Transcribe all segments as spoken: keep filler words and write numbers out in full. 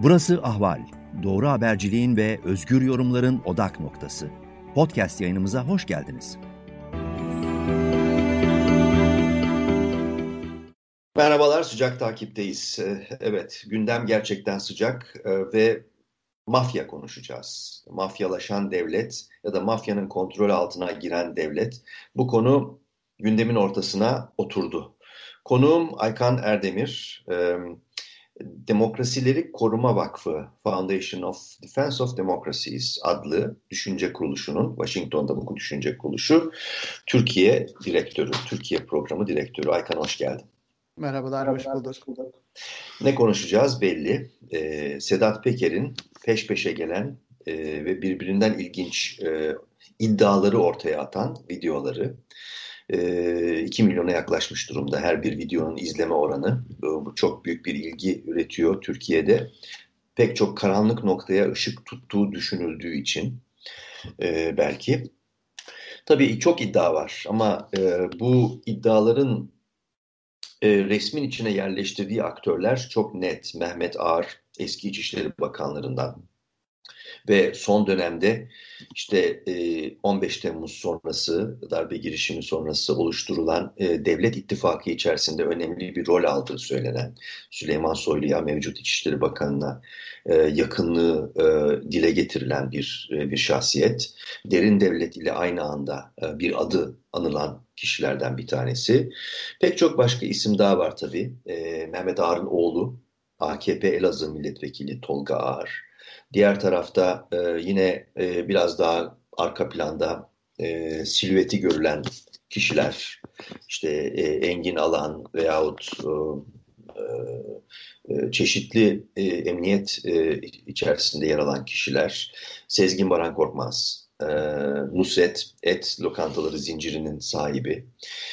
Burası Ahval. Doğru haberciliğin ve özgür yorumların odak noktası. Podcast yayınımıza hoş geldiniz. Merhabalar, sıcak takipteyiz. Evet, gündem gerçekten sıcak ve mafya konuşacağız. Mafyalaşan devlet ya da mafyanın kontrol altına giren devlet. Bu konu gündemin ortasına oturdu. Konuğum Aykan Erdemir, Demokrasileri Koruma Vakfı Foundation of Defense of Democracies adlı düşünce kuruluşunun, Washington'da bu düşünce kuruluşu, Türkiye direktörü, Türkiye programı direktörü. Aykan hoş geldin. Merhabalar, hoş bulduk. Ne konuşacağız belli. Ee, Sedat Peker'in peş peşe gelen e, ve birbirinden ilginç e, iddiaları ortaya atan videoları. iki milyona yaklaşmış durumda her bir videonun izleme oranı. Bu çok büyük bir ilgi üretiyor Türkiye'de. Pek çok karanlık noktaya ışık tuttuğu düşünüldüğü için e, belki. Tabii çok iddia var ama e, bu iddiaların e, resmin içine yerleştirdiği aktörler çok net. Mehmet Ağar, eski İçişleri Bakanlarından. Ve son dönemde işte on beş Temmuz sonrası, darbe girişimi sonrası oluşturulan devlet ittifakı içerisinde önemli bir rol aldığı söylenen Süleyman Soylu'ya, mevcut İçişleri Bakanı'na yakınlığı dile getirilen bir bir şahsiyet. Derin devlet ile aynı anda bir adı anılan kişilerden bir tanesi. Pek çok başka isim daha var tabii. Mehmet Ağar'ın oğlu, A K P Elazığ Milletvekili Tolga Ağar. Diğer tarafta e, yine e, biraz daha arka planda e, silüeti görülen kişiler, işte e, Engin Alan veyahut e, e, çeşitli e, emniyet e, içerisinde yer alan kişiler, Sezgin Baran Korkmaz, e, Nusret Et Lokantaları zincirinin sahibi.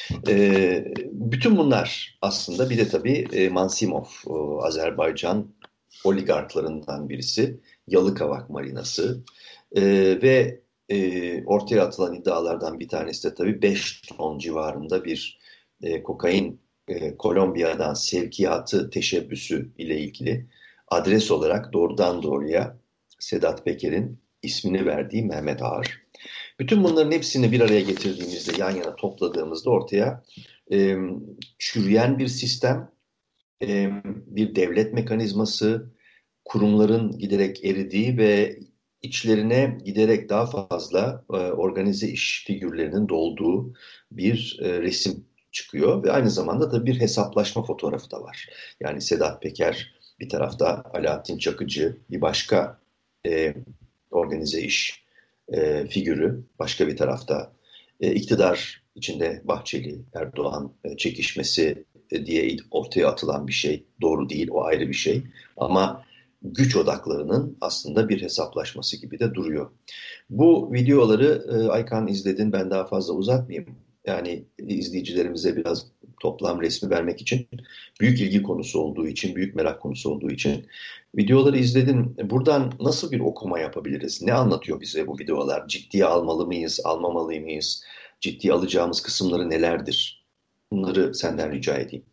E, bütün bunlar aslında, bir de tabii e, Mansimov, o, Azerbaycan oligarklarından birisi. Yalıkavak Marinası e, ve e, ortaya atılan iddialardan bir tanesi de tabii beş ton civarında bir e, kokain e, Kolombiya'dan sevkiyatı teşebbüsü ile ilgili adres olarak doğrudan doğruya Sedat Peker'in ismini verdiği Mehmet Ağar. Bütün bunların hepsini bir araya getirdiğimizde, yan yana topladığımızda ortaya e, çürüyen bir sistem, e, bir devlet mekanizması, kurumların giderek eridiği ve içlerine giderek daha fazla e, organize iş figürlerinin dolduğu bir e, resim çıkıyor. Ve aynı zamanda da bir hesaplaşma fotoğrafı da var. Yani Sedat Peker bir tarafta, Alaaddin Çakıcı bir başka e, organize iş e, figürü, başka bir tarafta e, iktidar içinde Bahçeli, Erdoğan e, çekişmesi e, diye ortaya atılan bir şey. Doğru değil, o ayrı bir şey. Ama güç odaklarının aslında bir hesaplaşması gibi de duruyor. Bu videoları e, Aykan izledin, ben daha fazla uzatmayayım. Yani izleyicilerimize biraz toplam resmi vermek için, büyük ilgi konusu olduğu için, büyük merak konusu olduğu için videoları izledin. Buradan nasıl bir okuma yapabiliriz? Ne anlatıyor bize bu videolar? Ciddiye almalı mıyız, almamalı mıyız? Ciddiye alacağımız kısımları nelerdir? Bunları senden rica edeyim.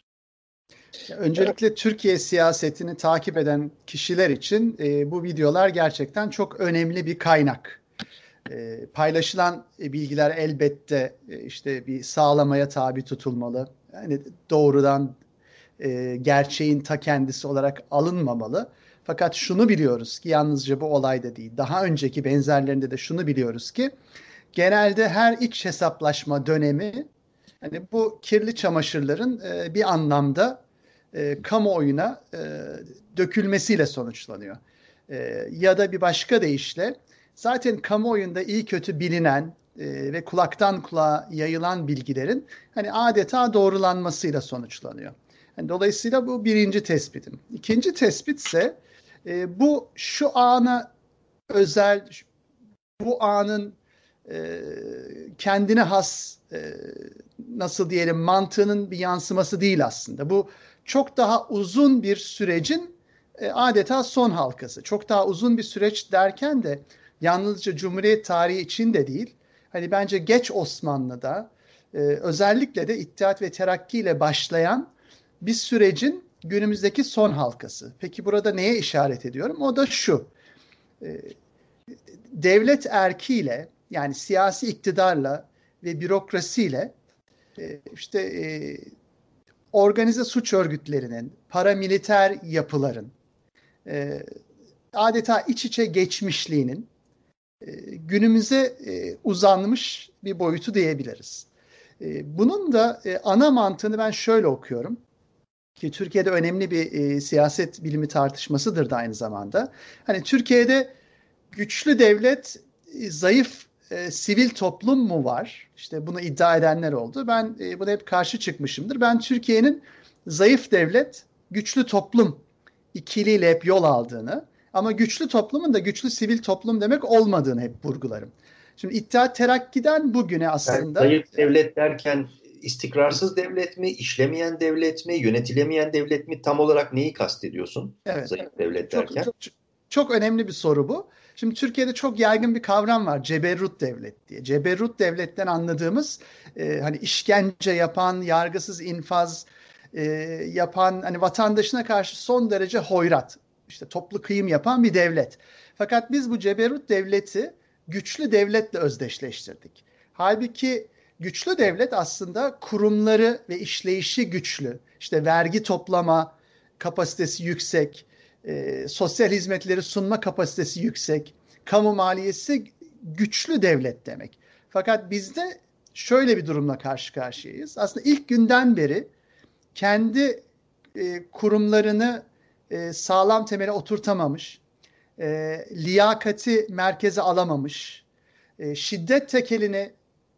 Öncelikle Türkiye siyasetini takip eden kişiler için e, bu videolar gerçekten çok önemli bir kaynak. E, paylaşılan bilgiler elbette e, işte bir sağlamaya tabi tutulmalı. Yani doğrudan e, gerçeğin ta kendisi olarak alınmamalı. Fakat şunu biliyoruz ki yalnızca bu olayda değil, daha önceki benzerlerinde de şunu biliyoruz ki genelde her iç hesaplaşma dönemi, hani bu kirli çamaşırların e, bir anlamda e, kamuoyuna e, dökülmesiyle sonuçlanıyor. E, ya da bir başka deyişle, zaten kamuoyunda iyi kötü bilinen e, ve kulaktan kulağa yayılan bilgilerin hani adeta doğrulanmasıyla sonuçlanıyor. Yani dolayısıyla bu birinci tespitim. İkinci tespit ise e, bu şu ana özel, bu anın e, kendine has e, nasıl diyelim mantığının bir yansıması değil aslında. Bu çok daha uzun bir sürecin e, adeta son halkası. Çok daha uzun bir süreç derken de yalnızca Cumhuriyet tarihi için de değil. Hani bence geç Osmanlı'da e, özellikle de İttihat ve Terakki ile başlayan bir sürecin günümüzdeki son halkası. Peki burada neye işaret ediyorum? O da şu. E, devlet erkiyle, yani siyasi iktidarla ve bürokrasiyle e, işte e, organize suç örgütlerinin, paramiliter yapıların e, adeta iç içe geçmişliğinin e, günümüze e, uzanmış bir boyutu diyebiliriz. E, bunun da e, ana mantığını ben şöyle okuyorum ki Türkiye'de önemli bir e, siyaset bilimi tartışmasıdır da aynı zamanda. Hani Türkiye'de güçlü devlet, e, zayıf e, sivil toplum mu var? İşte bunu iddia edenler oldu. Ben e, buna hep karşı çıkmışımdır. Ben Türkiye'nin zayıf devlet, güçlü toplum ikiliyle hep yol aldığını, ama güçlü toplumun da güçlü sivil toplum demek olmadığını hep vurgularım. Şimdi İttihat Terakki'den bugüne Yani aslında... zayıf devlet derken istikrarsız devlet mi, işlemeyen devlet mi, yönetilemeyen devlet mi, tam olarak neyi kastediyorsun? Evet, Zayıf devlet çok, derken. çok, çok önemli bir soru bu. Şimdi Türkiye'de çok yaygın bir kavram var, ceberrut devlet diye. Ceberrut devletten anladığımız e, hani işkence yapan, yargısız infaz e, yapan, hani vatandaşına karşı son derece hoyrat, işte toplu kıyım yapan bir devlet. Fakat biz bu ceberrut devleti güçlü devletle özdeşleştirdik. Halbuki güçlü devlet aslında kurumları ve işleyişi güçlü. İşte vergi toplama kapasitesi yüksek, e, sosyal hizmetleri sunma kapasitesi yüksek, kamu maliyesi güçlü devlet demek. Fakat bizde şöyle bir durumla karşı karşıyayız. Aslında ilk günden beri kendi e, kurumlarını e, sağlam temele oturtamamış, e, liyakati merkeze alamamış, e, şiddet tekelini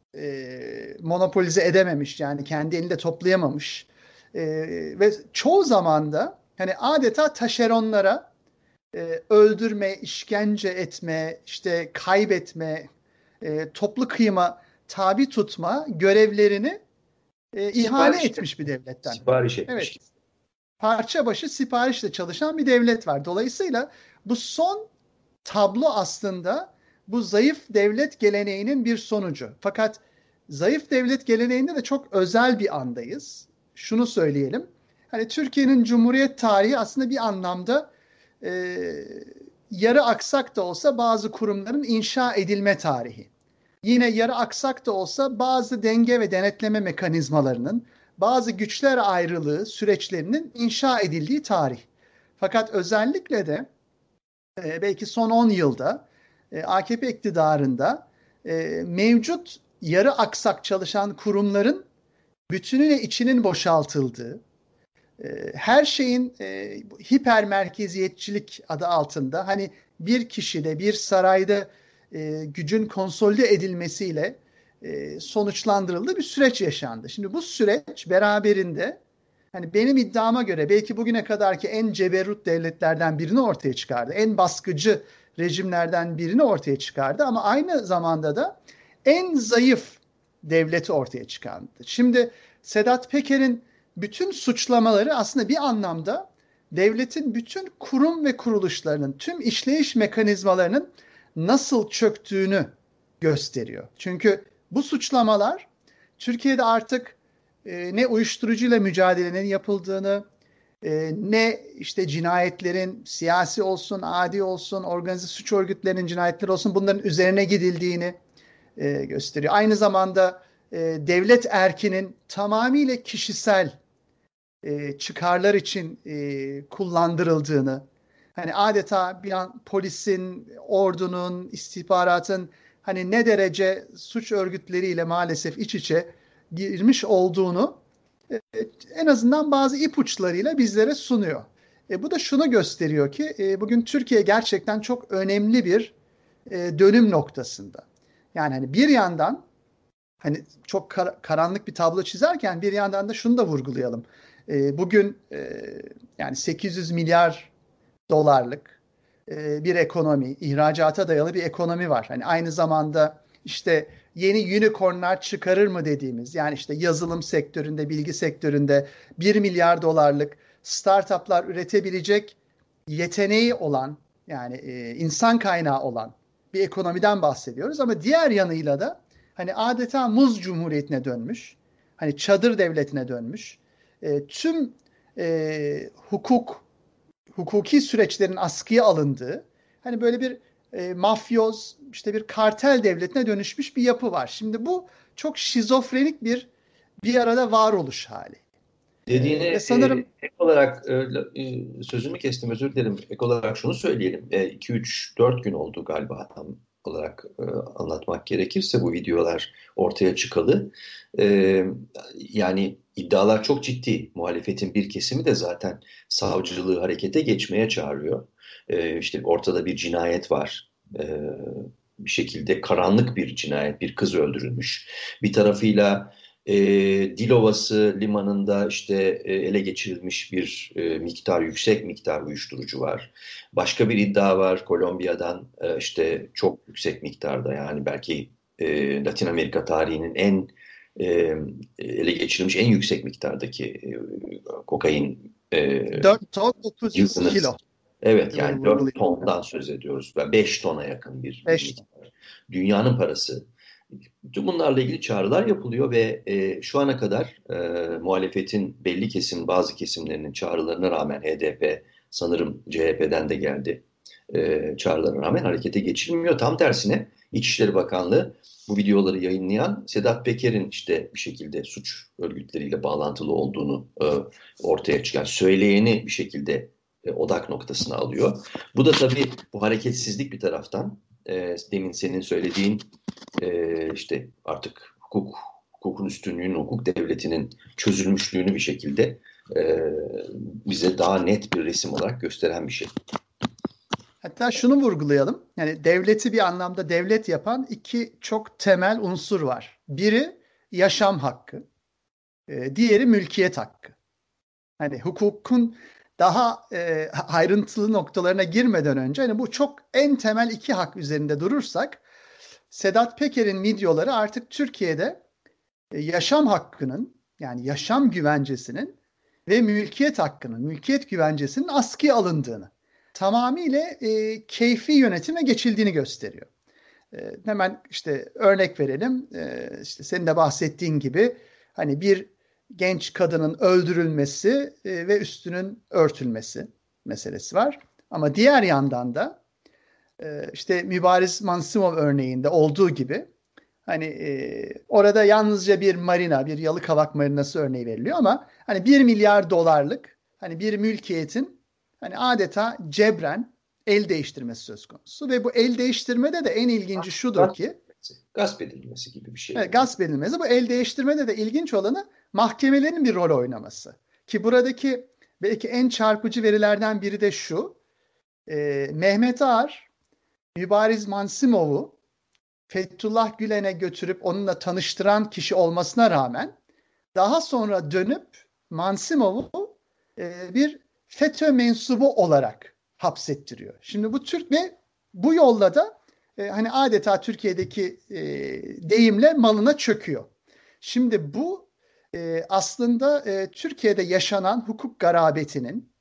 e, monopolize edememiş, yani kendi elinde toplayamamış e, ve çoğu zaman da hani adeta taşeronlara e, öldürme, işkence etme, işte kaybetme, e, toplu kıyıma tabi tutma görevlerini e, ihale Sipariş, etmiş bir devletten. sipariş etmiş. Evet, parça başı siparişle çalışan bir devlet var. Dolayısıyla bu son tablo aslında bu zayıf devlet geleneğinin bir sonucu. Fakat zayıf devlet geleneğinde de çok özel bir andayız. Şunu söyleyelim. Hani Türkiye'nin Cumhuriyet tarihi aslında bir anlamda e, yarı aksak da olsa bazı kurumların inşa edilme tarihi. Yine yarı aksak da olsa bazı denge ve denetleme mekanizmalarının, bazı güçler ayrılığı süreçlerinin inşa edildiği tarih. Fakat özellikle de e, belki son on yılda e, A K P iktidarında e, mevcut yarı aksak çalışan kurumların bütünüyle içinin boşaltıldığı, e, her şeyin e, hiper merkeziyetçilik adı altında hani bir kişide, bir sarayda e, gücün konsolide edilmesiyle e, sonuçlandırıldığı bir süreç yaşandı. Şimdi bu süreç beraberinde hani benim iddiama göre belki bugüne kadarki en ceberrut devletlerden birini ortaya çıkardı. En baskıcı rejimlerden birini ortaya çıkardı ama aynı zamanda da en zayıf devleti ortaya çıkardı. Şimdi Sedat Peker'in bütün suçlamaları aslında bir anlamda devletin bütün kurum ve kuruluşlarının, tüm işleyiş mekanizmalarının nasıl çöktüğünü gösteriyor. Çünkü bu suçlamalar Türkiye'de artık e, ne uyuşturucuyla mücadelenin yapıldığını, e, ne işte cinayetlerin siyasi olsun, adi olsun, organize suç örgütlerinin cinayetleri olsun bunların üzerine gidildiğini e, gösteriyor. Aynı zamanda e, devlet erkinin tamamıyla kişisel e, çıkarlar için e, kullandırıldığını, hani adeta bir an polisin, ordunun, istihbaratın hani ne derece suç örgütleriyle maalesef iç içe girmiş olduğunu e, en azından bazı ipuçlarıyla bizlere sunuyor. E, bu da şunu gösteriyor ki e, bugün Türkiye gerçekten çok önemli bir e, dönüm noktasında. Yani hani bir yandan hani çok kar- karanlık bir tablo çizerken bir yandan da şunu da vurgulayalım. E, bugün e, yani sekiz yüz milyar dolarlık e, bir ekonomi, ihracata dayalı bir ekonomi var. Hani aynı zamanda işte yeni unicornlar çıkarır mı dediğimiz, yani işte yazılım sektöründe, bilgi sektöründe bir milyar dolarlık startuplar üretebilecek yeteneği olan, yani e, insan kaynağı olan bir ekonomiden bahsediyoruz. Ama diğer yanıyla da hani adeta muz cumhuriyetine dönmüş, hani çadır devletine dönmüş, e, tüm e, hukuk, hukuki süreçlerin askıya alındığı, hani böyle bir e, mafyoz, işte bir kartel devletine dönüşmüş bir yapı var. Şimdi bu çok şizofrenik bir bir arada varoluş hali. Dediğine E, ve e, sanırım ek olarak e, e, sözünü kestim, özür dilerim. Ek olarak şunu söyleyelim. iki üç dört gün oldu galiba tam olarak e, anlatmak gerekirse bu videolar ortaya çıkalı. E, yani iddialar çok ciddi. Muhalefetin bir kesimi de zaten savcılığı harekete geçmeye çağırıyor. E, işte ortada bir cinayet var. E, bir şekilde karanlık bir cinayet, bir kız öldürülmüş. Bir tarafıyla e, Dilovası limanında işte e, ele geçirilmiş bir e, miktar, yüksek miktar uyuşturucu var. Başka bir iddia var Kolombiya'dan e, işte çok yüksek miktarda, yani belki e, Latin Amerika tarihinin en e, ele geçirilmiş en yüksek miktardaki e, kokain e, dört ton dokuz yüz yığını. kilo. Evet, Böyle yani dört vurgulayayım. tondan söz ediyoruz ve beş tona yakın bir, bir beş ton. miktar. Dünyanın parası. Tüm bunlarla ilgili çağrılar yapılıyor ve e, şu ana kadar e, muhalefetin belli kesim, bazı kesimlerinin çağrılarına rağmen H D P, sanırım C H P'den de geldi, e, çağrılarına rağmen harekete geçilmiyor. Tam tersine İçişleri Bakanlığı bu videoları yayınlayan Sedat Peker'in işte bir şekilde suç örgütleriyle bağlantılı olduğunu e, ortaya çıkan, söyleyeni bir şekilde e, odak noktasına alıyor. Bu da tabii bu hareketsizlik bir taraftan, e, demin senin söylediğin e, işte artık hukuk, hukukun üstünlüğünün, hukuk devletinin çözülmüşlüğünü bir şekilde e, bize daha net bir resim olarak gösteren bir şey. Hatta şunu vurgulayalım. Yani devleti bir anlamda devlet yapan iki çok temel unsur var. Biri yaşam hakkı, e, diğeri mülkiyet hakkı. Hani hukukun daha e, ayrıntılı noktalarına girmeden önce hani bu çok en temel iki hak üzerinde durursak, Sedat Peker'in videoları artık Türkiye'de e, yaşam hakkının, yani yaşam güvencesinin ve mülkiyet hakkının, mülkiyet güvencesinin askıya alındığını, tamamıyla e, keyfi yönetime geçildiğini gösteriyor. E, hemen işte örnek verelim. E, işte senin de bahsettiğin gibi hani bir genç kadının öldürülmesi e, ve üstünün örtülmesi meselesi var. Ama diğer yandan da e, işte Mübariz Mansimov örneğinde olduğu gibi hani e, orada yalnızca bir marina, bir Yalıkavak marinası örneği veriliyor ama hani bir milyar dolarlık hani bir mülkiyetin hani adeta cebren el değiştirmesi söz konusu ve bu el değiştirmede de en ilginci şudur Gasp ki edilmesi, gasp edilmesi gibi bir şey. evet, gasp edilmesi. Bu el değiştirmede de ilginç olanı mahkemelerin bir rol oynaması. Ki buradaki belki en çarpıcı verilerden biri de şu: e, Mehmet Ağar Mübariz Mansimov'u Fethullah Gülen'e götürüp onunla tanıştıran kişi olmasına rağmen daha sonra dönüp Mansimov'u e, bir FETÖ mensubu olarak hapsettiriyor. Şimdi bu Türk ve bu yolla da e, hani adeta Türkiye'deki e, deyimle malına çöküyor. Şimdi bu e, aslında e, Türkiye'de yaşanan hukuk garabetinin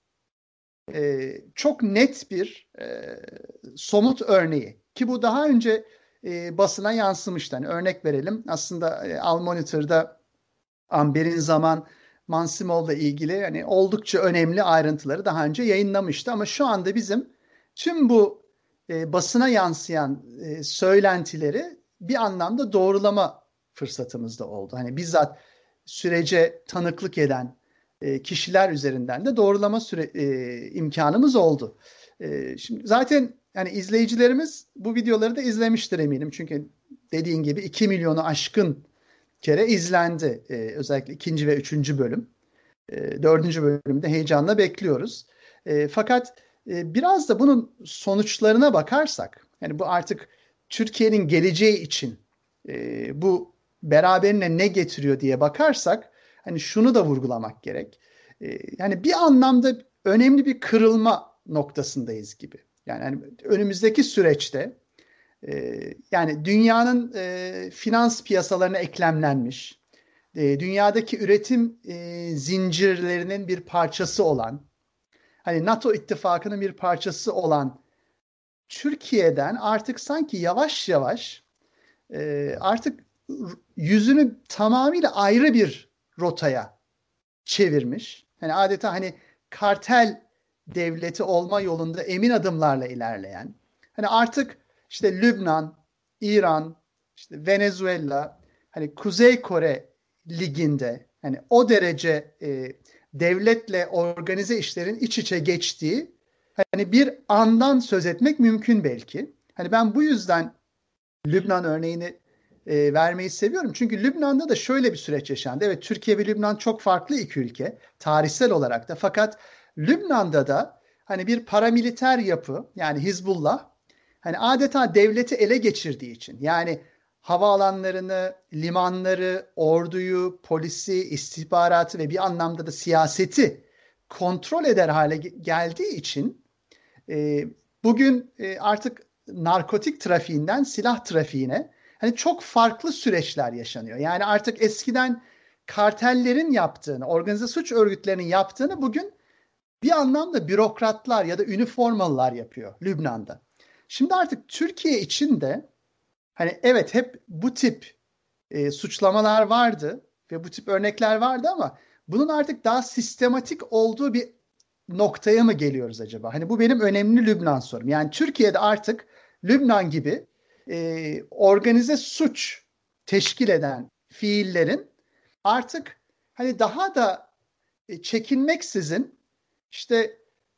e, çok net bir e, somut örneği. Ki bu daha önce e, basına yansımıştı. Hani örnek verelim. Aslında e, Al Monitor'da Amber'in zaman Mansimov'la ilgili hani oldukça önemli ayrıntıları daha önce yayınlamıştı. Ama şu anda bizim tüm bu e, basına yansıyan e, söylentileri bir anlamda doğrulama fırsatımız da oldu. Hani bizzat sürece tanıklık eden e, kişiler üzerinden de doğrulama süre, e, imkanımız oldu. E, şimdi zaten yani izleyicilerimiz bu videoları da izlemiştir eminim. Çünkü dediğin gibi iki milyonu aşkın kere izlendi. Ee, özellikle ikinci ve üçüncü bölüm. Ee, dördüncü bölümde heyecanla bekliyoruz. Ee, fakat e, biraz da bunun sonuçlarına bakarsak, yani bu artık Türkiye'nin geleceği için e, bu beraberine ne getiriyor diye bakarsak, hani şunu da vurgulamak gerek. E, yani bir anlamda önemli bir kırılma noktasındayız gibi. Yani hani önümüzdeki süreçte ee, yani dünyanın e, finans piyasalarına eklemlenmiş, e, dünyadaki üretim e, zincirlerinin bir parçası olan, hani NATO ittifakının bir parçası olan Türkiye'den artık sanki yavaş yavaş e, artık yüzünü tamamıyla ayrı bir rotaya çevirmiş. Hani adeta hani kartel devleti olma yolunda emin adımlarla ilerleyen, hani artık işte Lübnan, İran, işte Venezuela, hani Kuzey Kore liginde hani o derece e, devletle organize işlerin iç içe geçtiği hani bir andan söz etmek mümkün belki. Hani ben bu yüzden Lübnan örneğini e, vermeyi seviyorum. Çünkü Lübnan'da da şöyle bir süreç yaşandı. Evet, Türkiye ve Lübnan çok farklı iki ülke tarihsel olarak da. Fakat Lübnan'da da hani bir paramiliter yapı, yani Hizbullah, hani adeta devleti ele geçirdiği için, yani havaalanlarını, limanları, orduyu, polisi, istihbaratı ve bir anlamda da siyaseti kontrol eder hale geldiği için e, bugün e, artık narkotik trafiğinden silah trafiğine hani çok farklı süreçler yaşanıyor. Yani artık eskiden kartellerin yaptığını, organize suç örgütlerinin yaptığını bugün bir anlamda bürokratlar ya da üniformalılar yapıyor Lübnan'da. Şimdi artık Türkiye için de hani evet, hep bu tip e, suçlamalar vardı ve bu tip örnekler vardı ama bunun artık daha sistematik olduğu bir noktaya mı geliyoruz acaba? Hani bu benim önemli Lübnan sorum. Yani Türkiye'de artık Lübnan gibi e, organize suç teşkil eden fiillerin artık hani daha da e, çekinmeksizin işte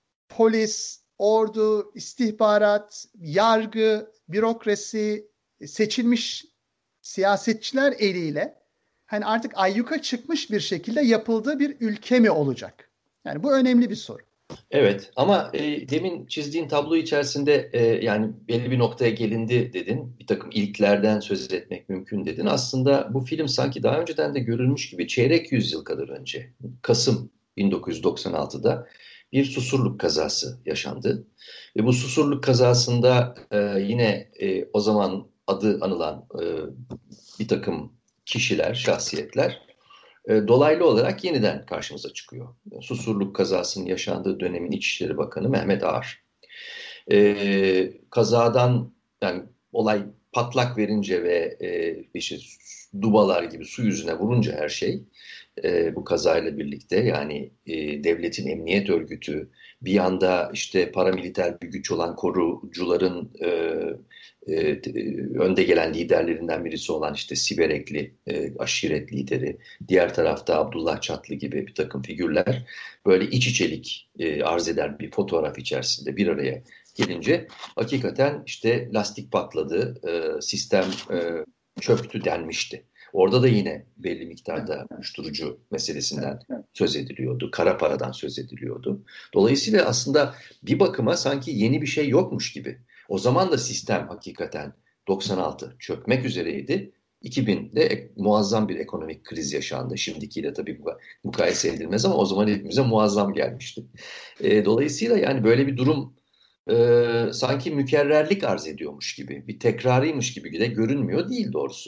polis, ordu, istihbarat, yargı, bürokrasi, seçilmiş siyasetçiler eliyle hani artık ayyuka çıkmış bir şekilde yapıldığı bir ülke mi olacak? Yani bu önemli bir soru. Evet ama e, demin çizdiğin tablo içerisinde e, yani belli bir noktaya gelindi dedin. Bir takım ilklerden söz etmek mümkün dedin. Aslında bu film sanki daha önceden de görülmüş gibi çeyrek yüzyıl kadar önce Kasım bin dokuz yüz doksan altıda bir Susurluk kazası yaşandı. Ve bu Susurluk kazasında e, yine e, o zaman adı anılan e, bir takım kişiler, şahsiyetler e, dolaylı olarak yeniden karşımıza çıkıyor. Susurluk kazasının yaşandığı dönemin İçişleri Bakanı Mehmet Ağar. E, kazadan yani olay patlak verince ve e, işte dubalar gibi su yüzüne vurunca her şey e, bu kazayla birlikte yani e, devletin emniyet örgütü bir yanda işte paramiliter bir güç olan korucuların e, e, önde gelen liderlerinden birisi olan işte Siverekli e, aşiret lideri, diğer tarafta Abdullah Çatlı gibi bir takım figürler böyle iç içelik e, arz eden bir fotoğraf içerisinde bir araya gelince hakikaten işte lastik patladı, e, sistem e, çöktü denmişti. Orada da yine belli miktarda uyuşturucu meselesinden söz ediliyordu. Kara paradan söz ediliyordu. Dolayısıyla aslında bir bakıma sanki yeni bir şey yokmuş gibi. O zaman da sistem hakikaten doksan altı çökmek üzereydi. iki binde ek, muazzam bir ekonomik kriz yaşandı. Şimdikiyle tabii mukayese edilmez ama o zaman hepimize muazzam gelmişti. E, dolayısıyla yani böyle bir durum e, sanki mükerrerlik arz ediyormuş gibi, bir tekrarıymış gibi de görünmüyor değil doğrusu.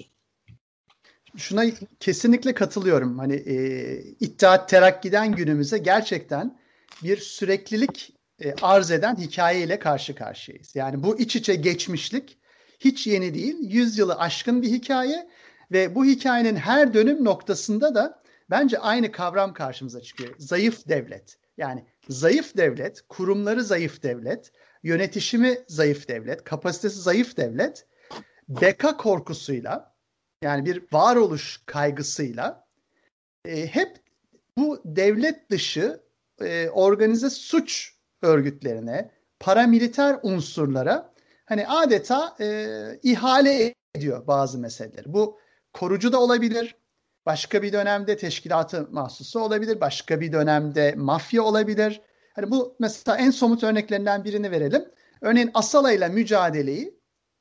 Şuna kesinlikle katılıyorum. Hani e, İttihat Terakki'den günümüze gerçekten bir süreklilik e, arz eden hikayeyle karşı karşıyayız. Yani bu iç içe geçmişlik hiç yeni değil. Yüzyılı aşkın bir hikaye ve bu hikayenin her dönüm noktasında da bence aynı kavram karşımıza çıkıyor. Zayıf devlet. Yani zayıf devlet, kurumları zayıf devlet, yönetişimi zayıf devlet, kapasitesi zayıf devlet, beka korkusuyla, yani bir varoluş kaygısıyla e, hep bu devlet dışı e, organize suç örgütlerine, paramiliter unsurlara hani adeta e, ihale ediyor bazı meseleleri. Bu korucu da olabilir, başka bir dönemde teşkilatı mahsusu olabilir, başka bir dönemde mafya olabilir. Hani bu mesela en somut örneklerinden birini verelim. Örneğin Asala ile mücadeleyi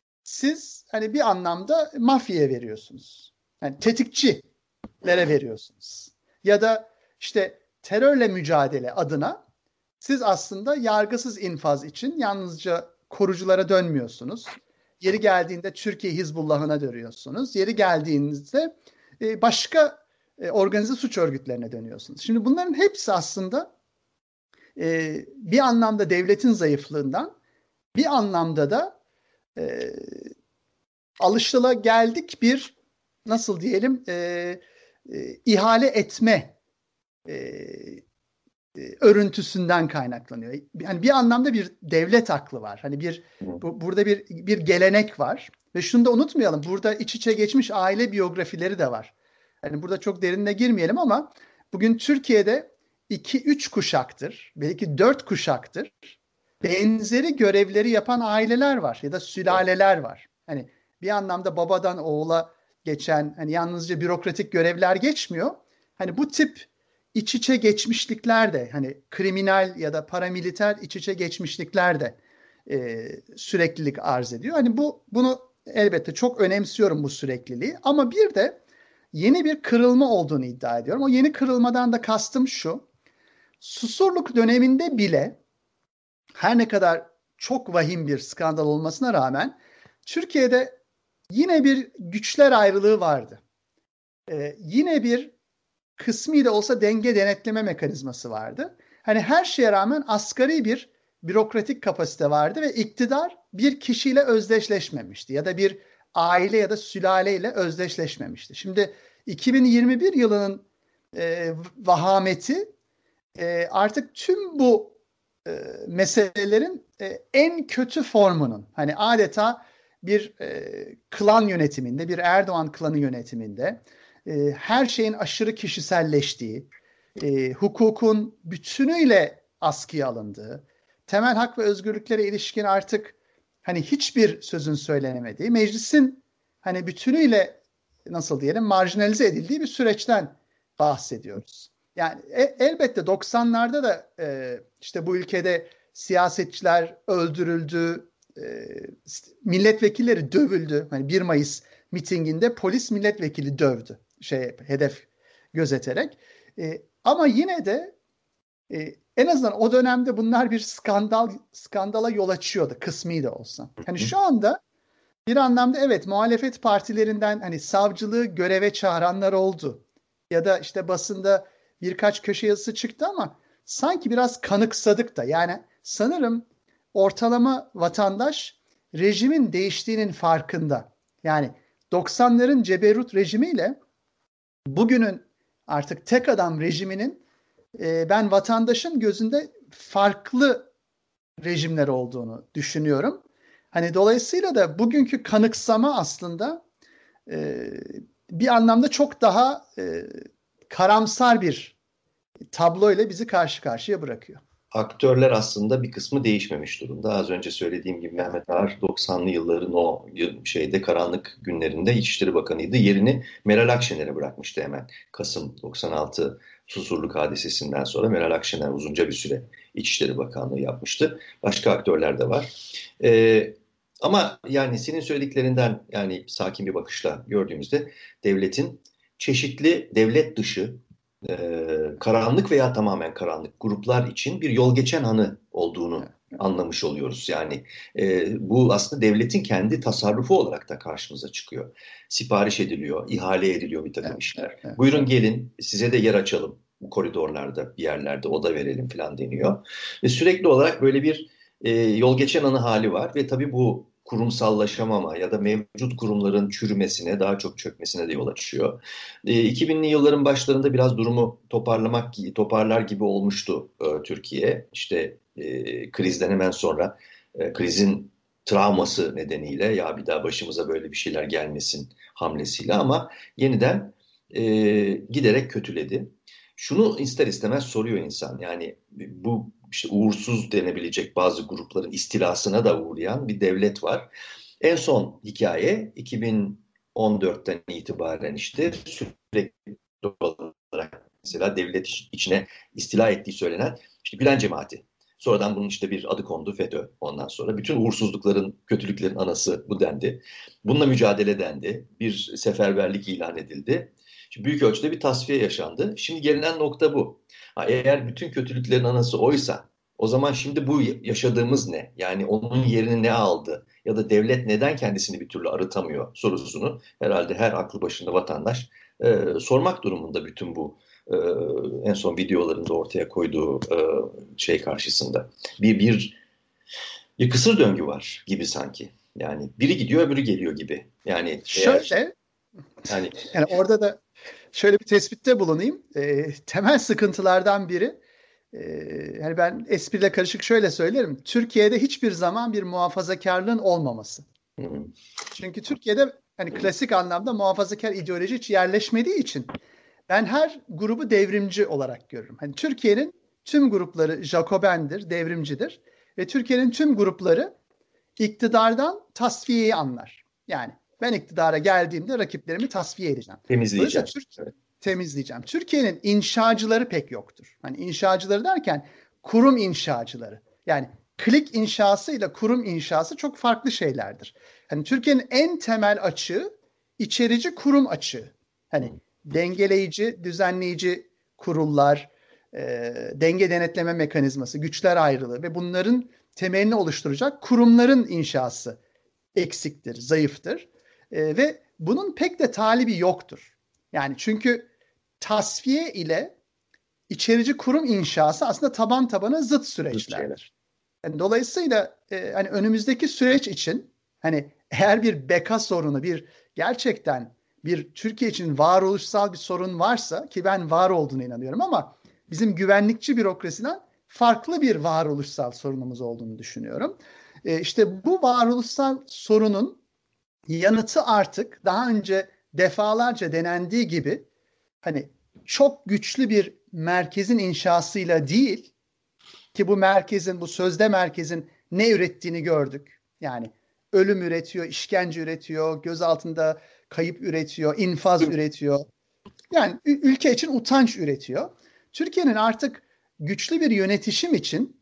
siz hani bir anlamda mafyaya veriyorsunuz. Yani tetikçilere veriyorsunuz. Ya da işte terörle mücadele adına siz aslında yargısız infaz için yalnızca koruculara dönmüyorsunuz. Yeri geldiğinde Türkiye Hizbullah'ına dönüyorsunuz. Yeri geldiğinizde e, başka e, organize suç örgütlerine dönüyorsunuz. Şimdi bunların hepsi aslında e, bir anlamda devletin zayıflığından, bir anlamda da e, alışılageldik bir, nasıl diyelim, e, e, ihale etme e, örüntüsünden kaynaklanıyor. Yani bir anlamda bir devlet aklı var. Hani bir bu, burada bir bir gelenek var ve şunu da unutmayalım. Burada iç içe geçmiş aile biyografileri de var. Yani burada çok derinine girmeyelim ama bugün Türkiye'de iki üç kuşaktır, belki dört kuşaktır benzeri görevleri yapan aileler var ya da sülaleler var. Hani bir anlamda babadan oğula geçen, hani yalnızca bürokratik görevler geçmiyor. Hani bu tip iç içe geçmişlikler de, hani kriminal ya da paramiliter iç içe geçmişlikler de e, süreklilik arz ediyor. Hani bu bunu elbette çok önemsiyorum, bu sürekliliği, ama bir de yeni bir kırılma olduğunu iddia ediyorum. O yeni kırılmadan da kastım şu: Susurluk döneminde bile her ne kadar çok vahim bir skandal olmasına rağmen Türkiye'de yine bir güçler ayrılığı vardı. Ee, yine bir kısmi de olsa denge denetleme mekanizması vardı. Hani her şeye rağmen asgari bir bürokratik kapasite vardı ve iktidar bir kişiyle özdeşleşmemişti ya da bir aile ya da sülaleyle özdeşleşmemişti. Şimdi iki bin yirmi bir yılının e, vahameti e, artık tüm bu e, meselelerin e, en kötü formunun, hani adeta bir e, klan yönetiminde, bir Erdoğan klanı yönetiminde e, her şeyin aşırı kişiselleştiği, e, hukukun bütünüyle askıya alındığı, temel hak ve özgürlüklere ilişkin artık hani hiçbir sözün söylenemediği, meclisin hani bütünüyle nasıl diyelim marjinalize edildiği bir süreçten bahsediyoruz. Yani e, elbette doksanlarda da e, işte bu ülkede siyasetçiler öldürüldü, e, milletvekilleri dövüldü. Hani bir Mayıs mitinginde polis milletvekili dövdü, şey hedef gözeterek. E, ama yine de e, en azından o dönemde bunlar bir skandal skandala yol açıyordu, kısmi de olsa. Hani şu anda bir anlamda evet, muhalefet partilerinden hani savcılığı göreve çağıranlar oldu. Ya da işte basında birkaç köşe yazısı çıktı ama sanki biraz kanıksadık da. Yani sanırım ortalama vatandaş rejimin değiştiğinin farkında. Yani doksanların ceberut rejimiyle bugünün artık tek adam rejiminin e, ben vatandaşın gözünde farklı rejimler olduğunu düşünüyorum. Hani dolayısıyla da bugünkü kanıksama aslında e, bir anlamda çok daha e, karamsar bir tablo ile bizi karşı karşıya bırakıyor. Aktörler aslında bir kısmı değişmemiş durumda. Az önce söylediğim gibi Mehmet Ağar doksanlı yılların o şeyde karanlık günlerinde İçişleri Bakanı'ydı. Yerini Meral Akşener'e bırakmıştı hemen. Kasım doksan altı Susurluk hadisesinden sonra Meral Akşener uzunca bir süre İçişleri Bakanlığı yapmıştı. Başka aktörler de var. Ee, ama yani senin söylediklerinden, yani sakin bir bakışla gördüğümüzde devletin çeşitli devlet dışı, Ee, karanlık veya tamamen karanlık gruplar için bir yol geçen hanı olduğunu anlamış oluyoruz. Yani e, bu aslında devletin kendi tasarrufu olarak da karşımıza çıkıyor. Sipariş ediliyor, ihale ediliyor bir takım Evet, işler. evet. Buyurun gelin, size de yer açalım bu koridorlarda, bir yerlerde oda verelim falan deniyor. Ve sürekli olarak böyle bir e, yol geçen hanı hali var ve tabii bu kurumsallaşamama ya da mevcut kurumların çürümesine, daha çok çökmesine de yol açıyor. E, iki binli yılların başlarında biraz durumu toparlamak, toparlar gibi olmuştu e, Türkiye. İşte e, krizden hemen sonra e, krizin travması nedeniyle ya bir daha başımıza böyle bir şeyler gelmesin hamlesiyle, ama yeniden e, giderek kötüledi. Şunu ister istemez soruyor insan, yani bu işte uğursuz denebilecek bazı grupların istilasına da uğrayan bir devlet var. En son hikaye iki bin on dörtten itibaren işte sürekli olarak mesela devlet içine istila ettiği söylenen işte Gülen cemaati. Sonradan bunun işte bir adı kondu, FETÖ. Ondan sonra bütün uğursuzlukların, kötülüklerin anası bu dendi. Bununla mücadele dendi. Bir seferberlik ilan edildi. Şimdi büyük ölçüde bir tasfiye yaşandı. Şimdi gelinen nokta bu. Ha, eğer bütün kötülüklerin anası oysa, o zaman şimdi bu yaşadığımız ne? Yani onun yerini ne aldı? Ya da devlet neden kendisini bir türlü arıtamıyor sorusunu herhalde her aklı başında vatandaş e, sormak durumunda, bütün bu e, en son videolarında ortaya koyduğu e, şey karşısında. Bir, bir, bir kısır döngü var gibi sanki. Yani biri gidiyor öbürü geliyor gibi. Yani eğer Şöyle, yani yani orada da şöyle bir tespitte bulunayım. E, temel sıkıntılardan biri yani ben espriyle karışık şöyle söylerim. Türkiye'de hiçbir zaman bir muhafazakarlığın olmaması. Hı hı. Çünkü Türkiye'de hani klasik anlamda muhafazakar ideoloji hiç yerleşmediği için ben her grubu devrimci olarak görürüm. Hani Türkiye'nin tüm grupları Jacoben'dir, devrimcidir ve Türkiye'nin tüm grupları iktidardan tasfiyeyi anlar. Yani ben iktidara geldiğimde rakiplerimi tasfiye edeceğim. Temizleyeceğim. Türkiye, evet. Temizleyeceğim. Türkiye'nin inşacıları pek yoktur. Hani inşacıları derken kurum inşacıları. Yani klik inşası ile kurum inşası çok farklı şeylerdir. Hani Türkiye'nin en temel açığı içerici kurum açığı. Hani dengeleyici, düzenleyici kurullar, e, denge denetleme mekanizması, güçler ayrılığı ve bunların temelini oluşturacak kurumların inşası eksiktir, zayıftır. E, ve bunun pek de talibi yoktur. Yani çünkü tasfiye ile içerici kurum inşası aslında taban tabana zıt süreçlerdir. Yani dolayısıyla e, hani önümüzdeki süreç için hani eğer bir beka sorunu, bir gerçekten bir Türkiye için varoluşsal bir sorun varsa, ki ben var olduğuna inanıyorum, ama bizim güvenlikçi bürokrasiden farklı bir varoluşsal sorunumuz olduğunu düşünüyorum. E, işte bu varoluşsal sorunun yanıtı artık daha önce defalarca denendiği gibi hani çok güçlü bir merkezin inşasıyla değil, ki bu merkezin, bu sözde merkezin ne ürettiğini gördük. Yani ölüm üretiyor, işkence üretiyor, gözaltında kayıp üretiyor, infaz üretiyor. Yani ülke için utanç üretiyor. Türkiye'nin artık güçlü bir yönetişim için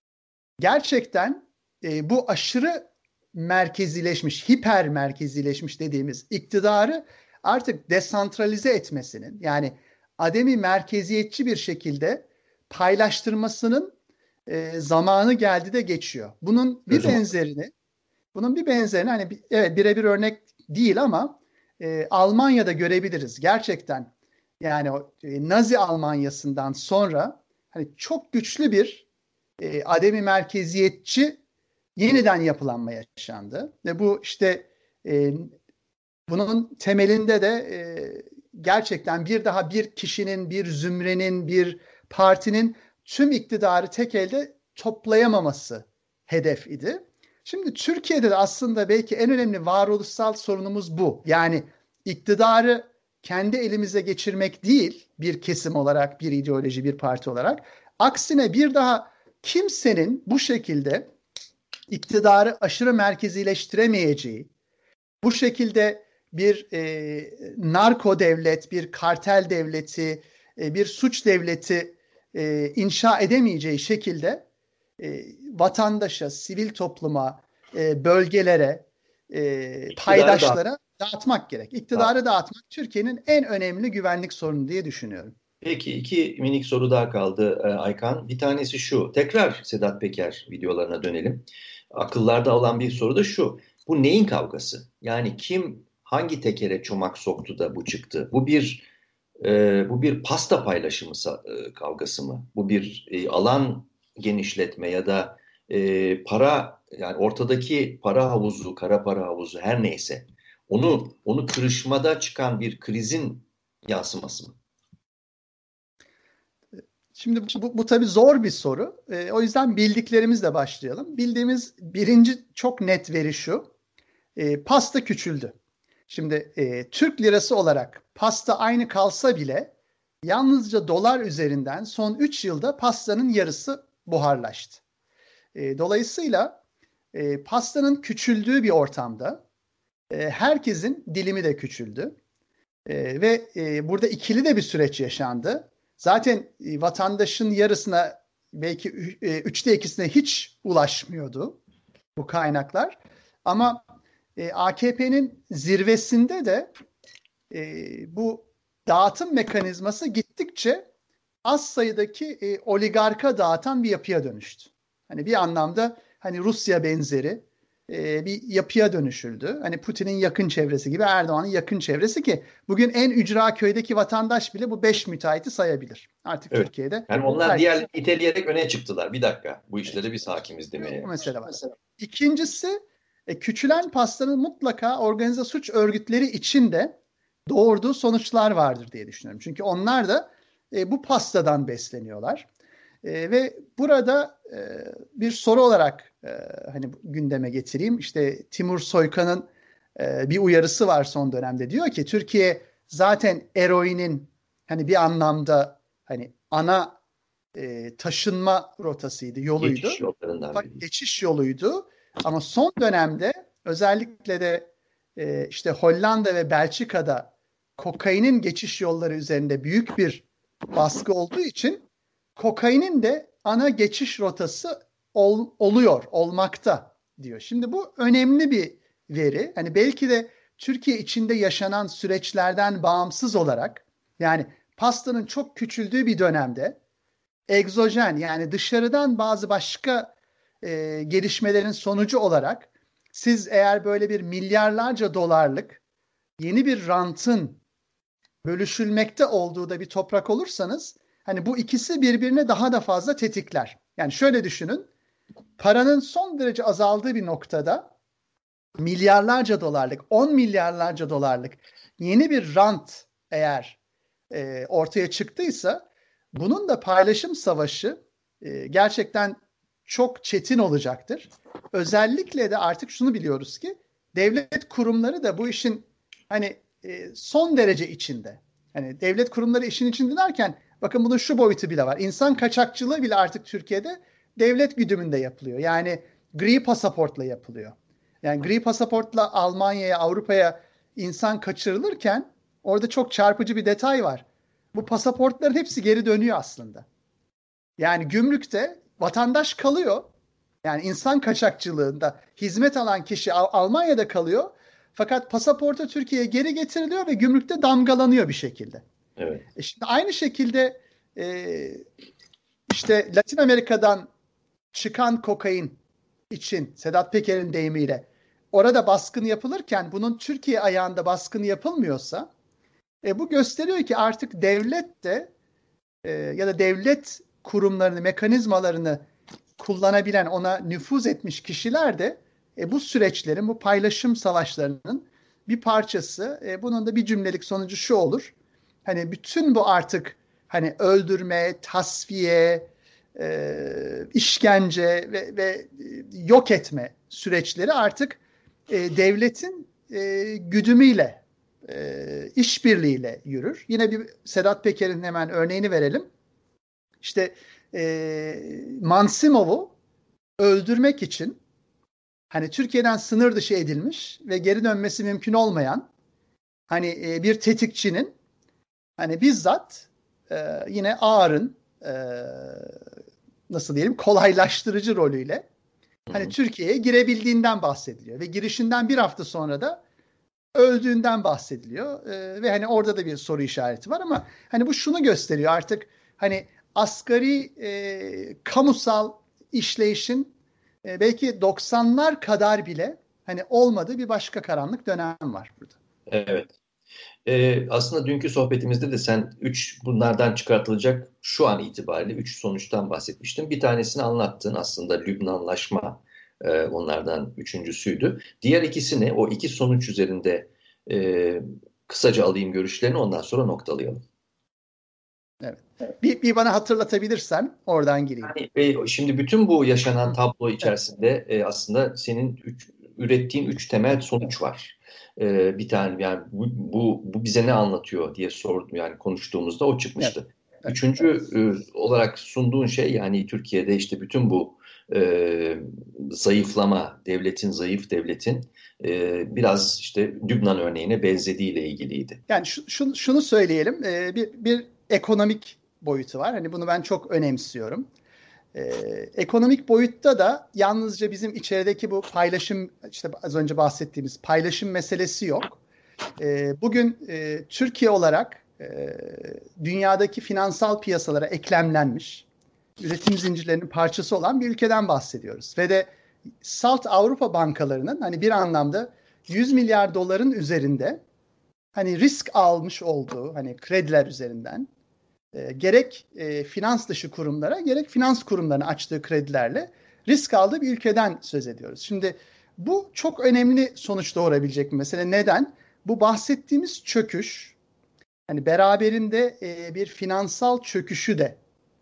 gerçekten e, bu aşırı merkezileşmiş, hiper merkezileşmiş dediğimiz iktidarı artık desantralize etmesinin, yani ademi merkeziyetçi bir şekilde paylaştırmasının e, zamanı geldi de geçiyor. Bunun bir benzerini, bunun bir benzerini hani evet birebir örnek değil ama e, Almanya'da görebiliriz. Gerçekten yani o e, Nazi Almanya'sından sonra hani çok güçlü bir e, ademi merkeziyetçi yeniden yapılanma yaşandı. Ve bu işte e, bunun temelinde de e, gerçekten bir daha bir kişinin, bir zümrenin, bir partinin tüm iktidarı tek elde toplayamaması hedef idi. Şimdi Türkiye'de de aslında belki en önemli varoluşsal sorunumuz bu. Yani iktidarı kendi elimize geçirmek değil, bir kesim olarak, bir ideoloji, bir parti olarak. Aksine bir daha kimsenin bu şekilde iktidarı aşırı merkezileştiremeyeceği, bu şekilde bir e, narko devlet, bir kartel devleti, e, bir suç devleti e, inşa edemeyeceği şekilde e, vatandaşa, sivil topluma, e, bölgelere, e, paydaşlara dağıtmak gerek. İktidarı ha. dağıtmak Türkiye'nin en önemli güvenlik sorunu diye düşünüyorum. Peki iki minik soru daha kaldı Aykan. Bir tanesi şu. Tekrar Sedat Peker videolarına dönelim. Akıllarda olan bir soru da şu. Bu neyin kavgası? Yani kim hangi tekere çomak soktu da bu çıktı? Bu bir e, bu bir pasta paylaşımı e, kavgası mı? Bu bir e, alan genişletme ya da e, para, yani ortadaki para havuzu, kara para havuzu her neyse onu onu kırışmada çıkan bir krizin yansıması mı? Şimdi bu, bu tabii zor bir soru. E, o yüzden bildiklerimizle başlayalım. Bildiğimiz birinci çok net veri şu. E, pasta küçüldü. Şimdi e, Türk lirası olarak pasta aynı kalsa bile yalnızca dolar üzerinden son üç yılda pastanın yarısı buharlaştı. E, dolayısıyla e, pastanın küçüldüğü bir ortamda e, herkesin dilimi de küçüldü. E, ve e, burada ikili de bir süreç yaşandı. Zaten e, vatandaşın yarısına, belki e, üçte ikisine hiç ulaşmıyordu bu kaynaklar. Ama e, A K P'nin zirvesinde de e, bu dağıtım mekanizması gittikçe az sayıdaki e, oligarka dağıtan bir yapıya dönüştü. Hani bir anlamda hani Rusya benzeri e, bir yapıya dönüşüldü. Hani Putin'in yakın çevresi gibi, Erdoğan'ın yakın çevresi, ki bugün en ücra köydeki vatandaş bile bu beş müteahhiti sayabilir. Artık evet. Türkiye'de. Yani onlar herkes... diğerleri iteleyerek öne çıktılar. Bir dakika, bu işlere biz hakimiz demeye. Bu mesele var. İkincisi, e, küçülen pastanın mutlaka organize suç örgütleri içinde doğurduğu sonuçlar vardır diye düşünüyorum. Çünkü onlar da e, bu pastadan besleniyorlar. E, ve burada e, bir soru olarak e, hani gündeme getireyim. İşte Timur Soykan'ın e, bir uyarısı var son dönemde. Diyor ki Türkiye zaten eroinin hani bir anlamda hani ana e, taşınma rotasıydı, yoluydu. Geçiş yollarından biri. Geçiş yoluydu. Ama son dönemde özellikle de e, işte Hollanda ve Belçika'da kokainin geçiş yolları üzerinde büyük bir baskı olduğu için kokainin de ana geçiş rotası ol, oluyor, olmakta diyor. Şimdi bu önemli bir veri. Hani belki de Türkiye içinde yaşanan süreçlerden bağımsız olarak, yani pastanın çok küçüldüğü bir dönemde egzojen, yani dışarıdan bazı başka e, gelişmelerin sonucu olarak siz eğer böyle bir milyarlarca dolarlık yeni bir rantın bölüşülmekte olduğu da bir toprak olursanız, hani bu ikisi birbirine daha da fazla tetikler. Yani şöyle düşünün, paranın son derece azaldığı bir noktada milyarlarca dolarlık, on milyarlarca dolarlık yeni bir rant eğer e, ortaya çıktıysa, bunun da paylaşım savaşı e, gerçekten çok çetin olacaktır. Özellikle de artık şunu biliyoruz ki devlet kurumları da bu işin hani e, son derece içinde. Hani devlet kurumları işin içinde derken bakın bunun şu boyutu bile var. İnsan kaçakçılığı bile artık Türkiye'de devlet güdümünde yapılıyor. Yani gri pasaportla yapılıyor. Yani gri pasaportla Almanya'ya, Avrupa'ya insan kaçırılırken orada çok çarpıcı bir detay var. Bu pasaportların hepsi geri dönüyor aslında. Yani gümrükte vatandaş kalıyor. Yani insan kaçakçılığında hizmet alan kişi Almanya'da kalıyor. Fakat pasaportu Türkiye'ye geri getiriliyor ve gümrükte damgalanıyor bir şekilde. Evet. E şimdi aynı şekilde e, işte Latin Amerika'dan çıkan kokain için Sedat Peker'in deyimiyle orada baskın yapılırken bunun Türkiye ayağında baskın yapılmıyorsa, e, bu gösteriyor ki artık devlet de e, ya da devlet kurumlarını, mekanizmalarını kullanabilen, ona nüfuz etmiş kişiler de e, bu süreçlerin, bu paylaşım savaşlarının bir parçası. E, bunun da bir cümlelik sonucu şu olur. Hani bütün bu artık hani öldürme, tasfiye, e, işkence ve, ve yok etme süreçleri artık e, devletin e, güdümüyle, e, işbirliğiyle yürür. Yine bir Sedat Peker'in hemen örneğini verelim. İşte e, Mansimov'u öldürmek için hani Türkiye'den sınır dışı edilmiş ve geri dönmesi mümkün olmayan hani e, bir tetikçinin hani bizzat e, yine Ağar'ın e, nasıl diyelim kolaylaştırıcı rolüyle hani Türkiye'ye girebildiğinden bahsediliyor ve girişinden bir hafta sonra da öldüğünden bahsediliyor. E, ve hani orada da bir soru işareti var ama hani bu şunu gösteriyor artık, hani asgari e, kamusal işleyişin e, belki doksanlar kadar bile hani olmadığı bir başka karanlık dönem var burada. Evet. Ee, aslında dünkü sohbetimizde de sen üç bunlardan çıkartılacak şu an itibariyle üç sonuçtan bahsetmiştin. Bir tanesini anlattın, aslında Lübnanlaşma e, onlardan üçüncüsüydü. Diğer ikisini, o iki sonuç üzerinde e, kısaca alayım görüşlerini, ondan sonra noktalayalım. Evet. Bir, bir bana hatırlatabilirsen oradan gireyim. Yani, e, şimdi bütün bu yaşanan tablo içerisinde e, aslında senin üç, ürettiğin üç temel sonuç var. E, bir tane yani bu, bu, bu bize ne anlatıyor diye sordum, yani konuştuğumuzda o çıkmıştı. Evet. Evet. Üçüncü e, olarak sunduğun şey, yani Türkiye'de işte bütün bu e, zayıflama, devletin zayıf devletin e, biraz işte Lübnan örneğine benzediğiyle ilgiliydi. Yani şu, şunu, şunu söyleyelim, e, bir, bir ekonomik boyutu var. Hani bunu ben çok önemsiyorum. Ee, ekonomik boyutta da yalnızca bizim içerideki bu paylaşım, işte az önce bahsettiğimiz paylaşım meselesi yok. Ee, bugün e, Türkiye olarak e, dünyadaki finansal piyasalara eklemlenmiş, üretim zincirlerinin parçası olan bir ülkeden bahsediyoruz. Ve de Salt Avrupa bankalarının hani bir anlamda yüz milyar doların üzerinde hani risk almış olduğu hani krediler üzerinden e, gerek e, finans dışı kurumlara gerek finans kurumlarına açtığı kredilerle risk aldığı bir ülkeden söz ediyoruz. Şimdi bu çok önemli sonuç doğurabilecek bir mesele. Neden? Bu bahsettiğimiz çöküş hani beraberinde e, bir finansal çöküşü de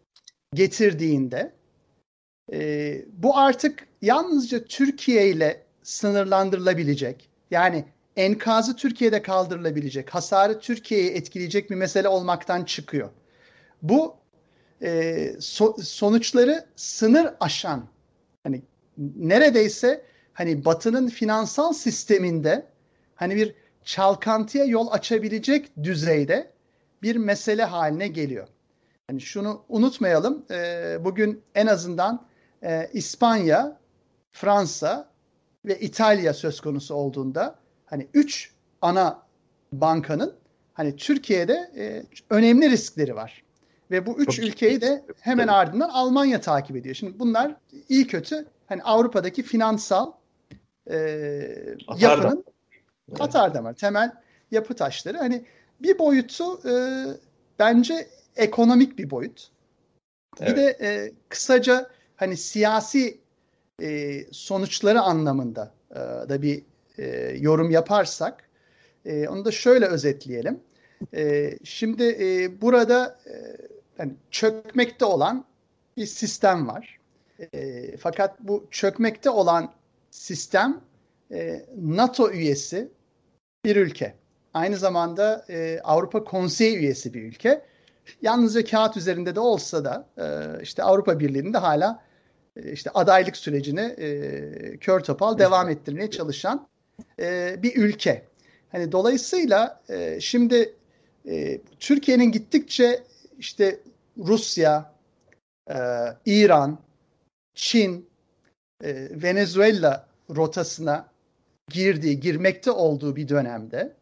getirdiğinde e, bu artık yalnızca Türkiye ile sınırlandırılabilecek, yani enkazı Türkiye'de kaldırılabilecek, hasarı Türkiye'yi etkileyecek bir mesele olmaktan çıkıyor. Bu e, so, sonuçları sınır aşan, hani neredeyse hani Batı'nın finansal sisteminde hani bir çalkantıya yol açabilecek düzeyde bir mesele haline geliyor. Hani şunu unutmayalım, e, bugün en azından e, İspanya, Fransa ve İtalya söz konusu olduğunda hani üç ana bankanın hani Türkiye'de e, önemli riskleri var. Ve bu üç Çok ülkeyi de hemen tabii. ardından Almanya takip ediyor. Şimdi bunlar iyi kötü hani Avrupa'daki finansal e, Atar yapının Evet. atardamarı, temel yapı taşları. Hani bir boyutu e, bence ekonomik bir boyut. Bir Evet. de e, kısaca hani siyasi e, sonuçları anlamında e, da bir e, yorum yaparsak, e, onu da şöyle özetleyelim. E, şimdi e, burada e, hani çökmekte olan bir sistem var. E, fakat bu çökmekte olan sistem e, NATO üyesi bir ülke. Aynı zamanda e, Avrupa Konseyi üyesi bir ülke. Yalnızca kağıt üzerinde de olsa da e, işte Avrupa Birliği'nde hala e, işte adaylık sürecini e, kör topal devam ettirmeye çalışan e, bir ülke. Hani dolayısıyla e, şimdi e, Türkiye'nin gittikçe işte Rusya, e, İran, Çin, e, Venezuela rotasına girdiği, girmekte olduğu bir dönemde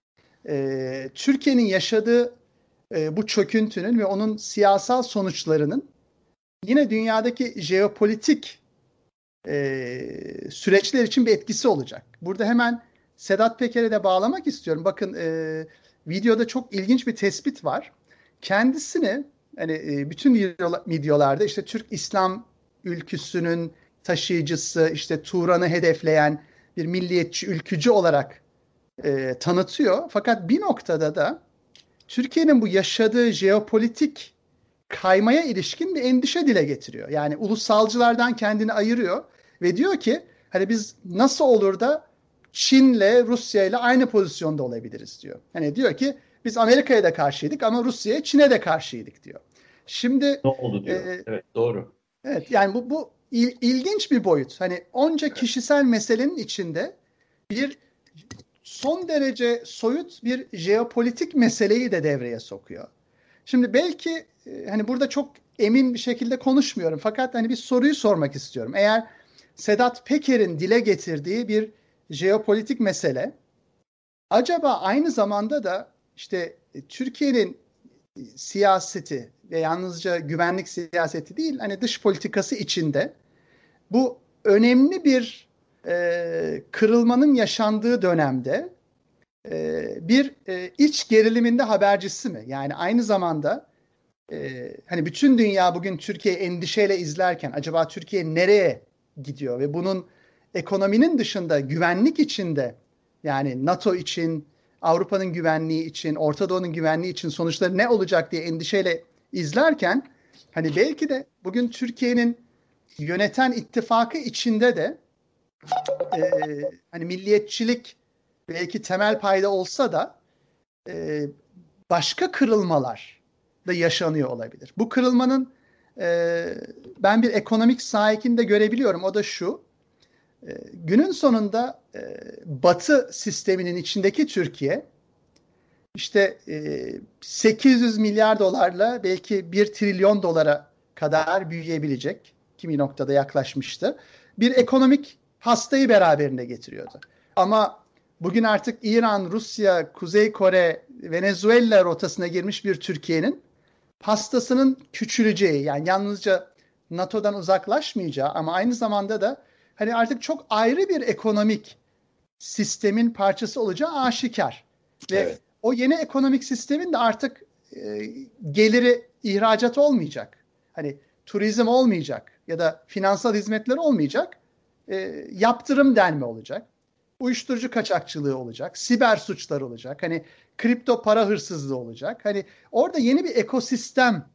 e, Türkiye'nin yaşadığı e, bu çöküntünün ve onun siyasal sonuçlarının yine dünyadaki jeopolitik e, süreçler için bir etkisi olacak. Burada hemen Sedat Peker'e de bağlamak istiyorum. Bakın e, videoda çok ilginç bir tespit var. Kendisini hani e, bütün videolarda işte Türk İslam ülküsünün taşıyıcısı, işte Turan'ı hedefleyen bir milliyetçi ülkücü olarak e, tanıtıyor. Fakat bir noktada da Türkiye'nin bu yaşadığı jeopolitik kaymaya ilişkin bir endişe dile getiriyor. Yani ulusalcılardan kendini ayırıyor ve diyor ki hani biz nasıl olur da Çin'le Rusya'yla aynı pozisyonda olabiliriz diyor. Hani diyor ki biz Amerika'ya da karşıydık ama Rusya'ya, Çin'e de karşıydık diyor. Şimdi Ne oldu diyor. e, Evet, doğru. evet, yani bu, bu il, ilginç bir boyut. Hani onca Evet. kişisel meselenin içinde bir son derece soyut bir jeopolitik meseleyi de devreye sokuyor. Şimdi belki e, hani burada çok emin bir şekilde konuşmuyorum fakat hani bir soruyu sormak istiyorum. Eğer Sedat Peker'in dile getirdiği bir jeopolitik mesele acaba aynı zamanda da işte e, Türkiye'nin siyaseti ve yalnızca güvenlik siyaseti değil hani dış politikası içinde bu önemli bir e, kırılmanın yaşandığı dönemde e, bir e, iç geriliminde habercisi mi? Yani aynı zamanda e, hani bütün dünya bugün Türkiye endişeyle izlerken acaba Türkiye nereye gidiyor ve bunun ekonominin dışında güvenlik içinde yani NATO için, Avrupa'nın güvenliği için, Orta Doğu'nun güvenliği için sonuçları ne olacak diye endişeyle izlerken hani belki de bugün Türkiye'nin yöneten ittifakı içinde de e, hani milliyetçilik belki temel payda olsa da e, başka kırılmalar da yaşanıyor olabilir. Bu kırılmanın e, ben bir ekonomik sahikini de görebiliyorum. O da şu. E, günün sonunda e, Batı sisteminin içindeki Türkiye işte e, sekiz yüz milyar dolarla belki bir trilyon dolara kadar büyüyebilecek, kimi noktada yaklaşmıştı, bir ekonomik hastayı beraberinde getiriyordu. Ama bugün artık İran, Rusya, Kuzey Kore, Venezuela rotasına girmiş bir Türkiye'nin hastasının küçüleceği, yani yalnızca NATO'dan uzaklaşmayacağı ama aynı zamanda da hani artık çok ayrı bir ekonomik sistemin parçası olacağı aşikar. Ve Evet. o yeni ekonomik sistemin de artık e, geliri ihracat olmayacak. Hani turizm olmayacak ya da finansal hizmetler olmayacak. E, yaptırım denme olacak. Uyuşturucu kaçakçılığı olacak. Siber suçlar olacak. Hani kripto para hırsızlığı olacak. Hani orada yeni bir ekosistem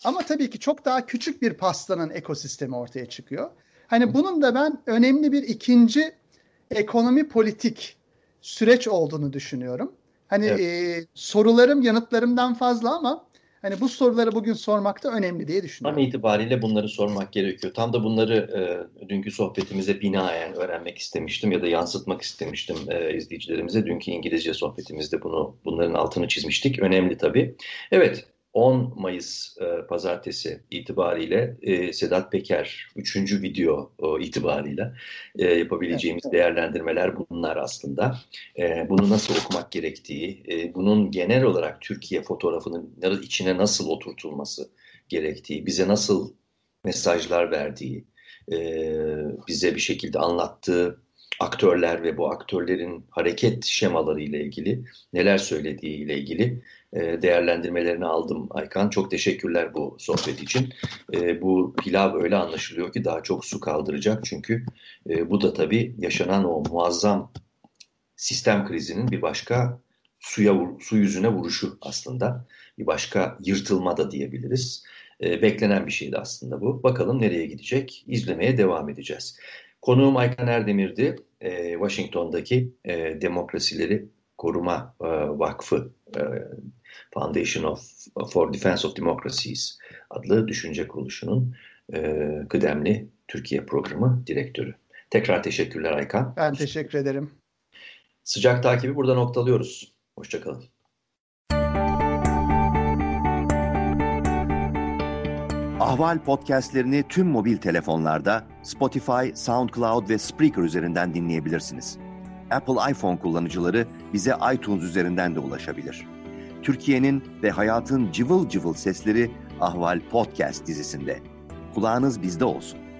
ama tabii ki çok daha küçük bir pastanın ekosistemi ortaya çıkıyor. Hani bunun da ben önemli bir ikinci ekonomi politik süreç olduğunu düşünüyorum. Hani evet. e, sorularım yanıtlarımdan fazla ama hani bu soruları bugün sormak da önemli diye düşünüyorum. An itibariyle bunları sormak gerekiyor. Tam da bunları e, dünkü sohbetimize binaen öğrenmek istemiştim ya da yansıtmak istemiştim e, izleyicilerimize. Dünkü İngilizce sohbetimizde bunu bunların altını çizmiştik. Önemli tabii. Evet, on Mayıs e, pazartesi itibariyle e, Sedat Peker üçüncü video e, itibariyle e, yapabileceğimiz evet. değerlendirmeler bunlar aslında. E, bunu nasıl okumak gerektiği, e, bunun genel olarak Türkiye fotoğrafının içine nasıl oturtulması gerektiği, bize nasıl mesajlar verdiği, e, bize bir şekilde anlattığı aktörler ve bu aktörlerin hareket şemaları ile ilgili neler söylediği ile ilgili e, değerlendirmelerini aldım Aykan. Çok teşekkürler bu sohbet için. E, bu pilav öyle anlaşılıyor ki daha çok su kaldıracak. Çünkü e, bu da tabii yaşanan o muazzam sistem krizinin bir başka suya su yüzüne vuruşu aslında. Bir başka yırtılma da diyebiliriz. E, beklenen bir şeydi aslında bu. Bakalım nereye gidecek? İzlemeye devam edeceğiz. Konuğum Aykan Erdemir'di. E, Washington'daki e, Demokrasileri Koruma e, Vakfı e, Foundation of, for Defense of Democracies adlı düşünce kuruluşunun e, kıdemli Türkiye programı direktörü. Tekrar teşekkürler Aykan. Ben teşekkür ederim. Sıcak takibi burada noktalıyoruz. Hoşçakalın. Ahval podcastlerini tüm mobil telefonlarda Spotify, SoundCloud ve Spreaker üzerinden dinleyebilirsiniz. Apple iPhone kullanıcıları bize iTunes üzerinden de ulaşabilir. Türkiye'nin ve hayatın cıvıl cıvıl sesleri Ahval Podcast dizisinde. Kulağınız bizde olsun.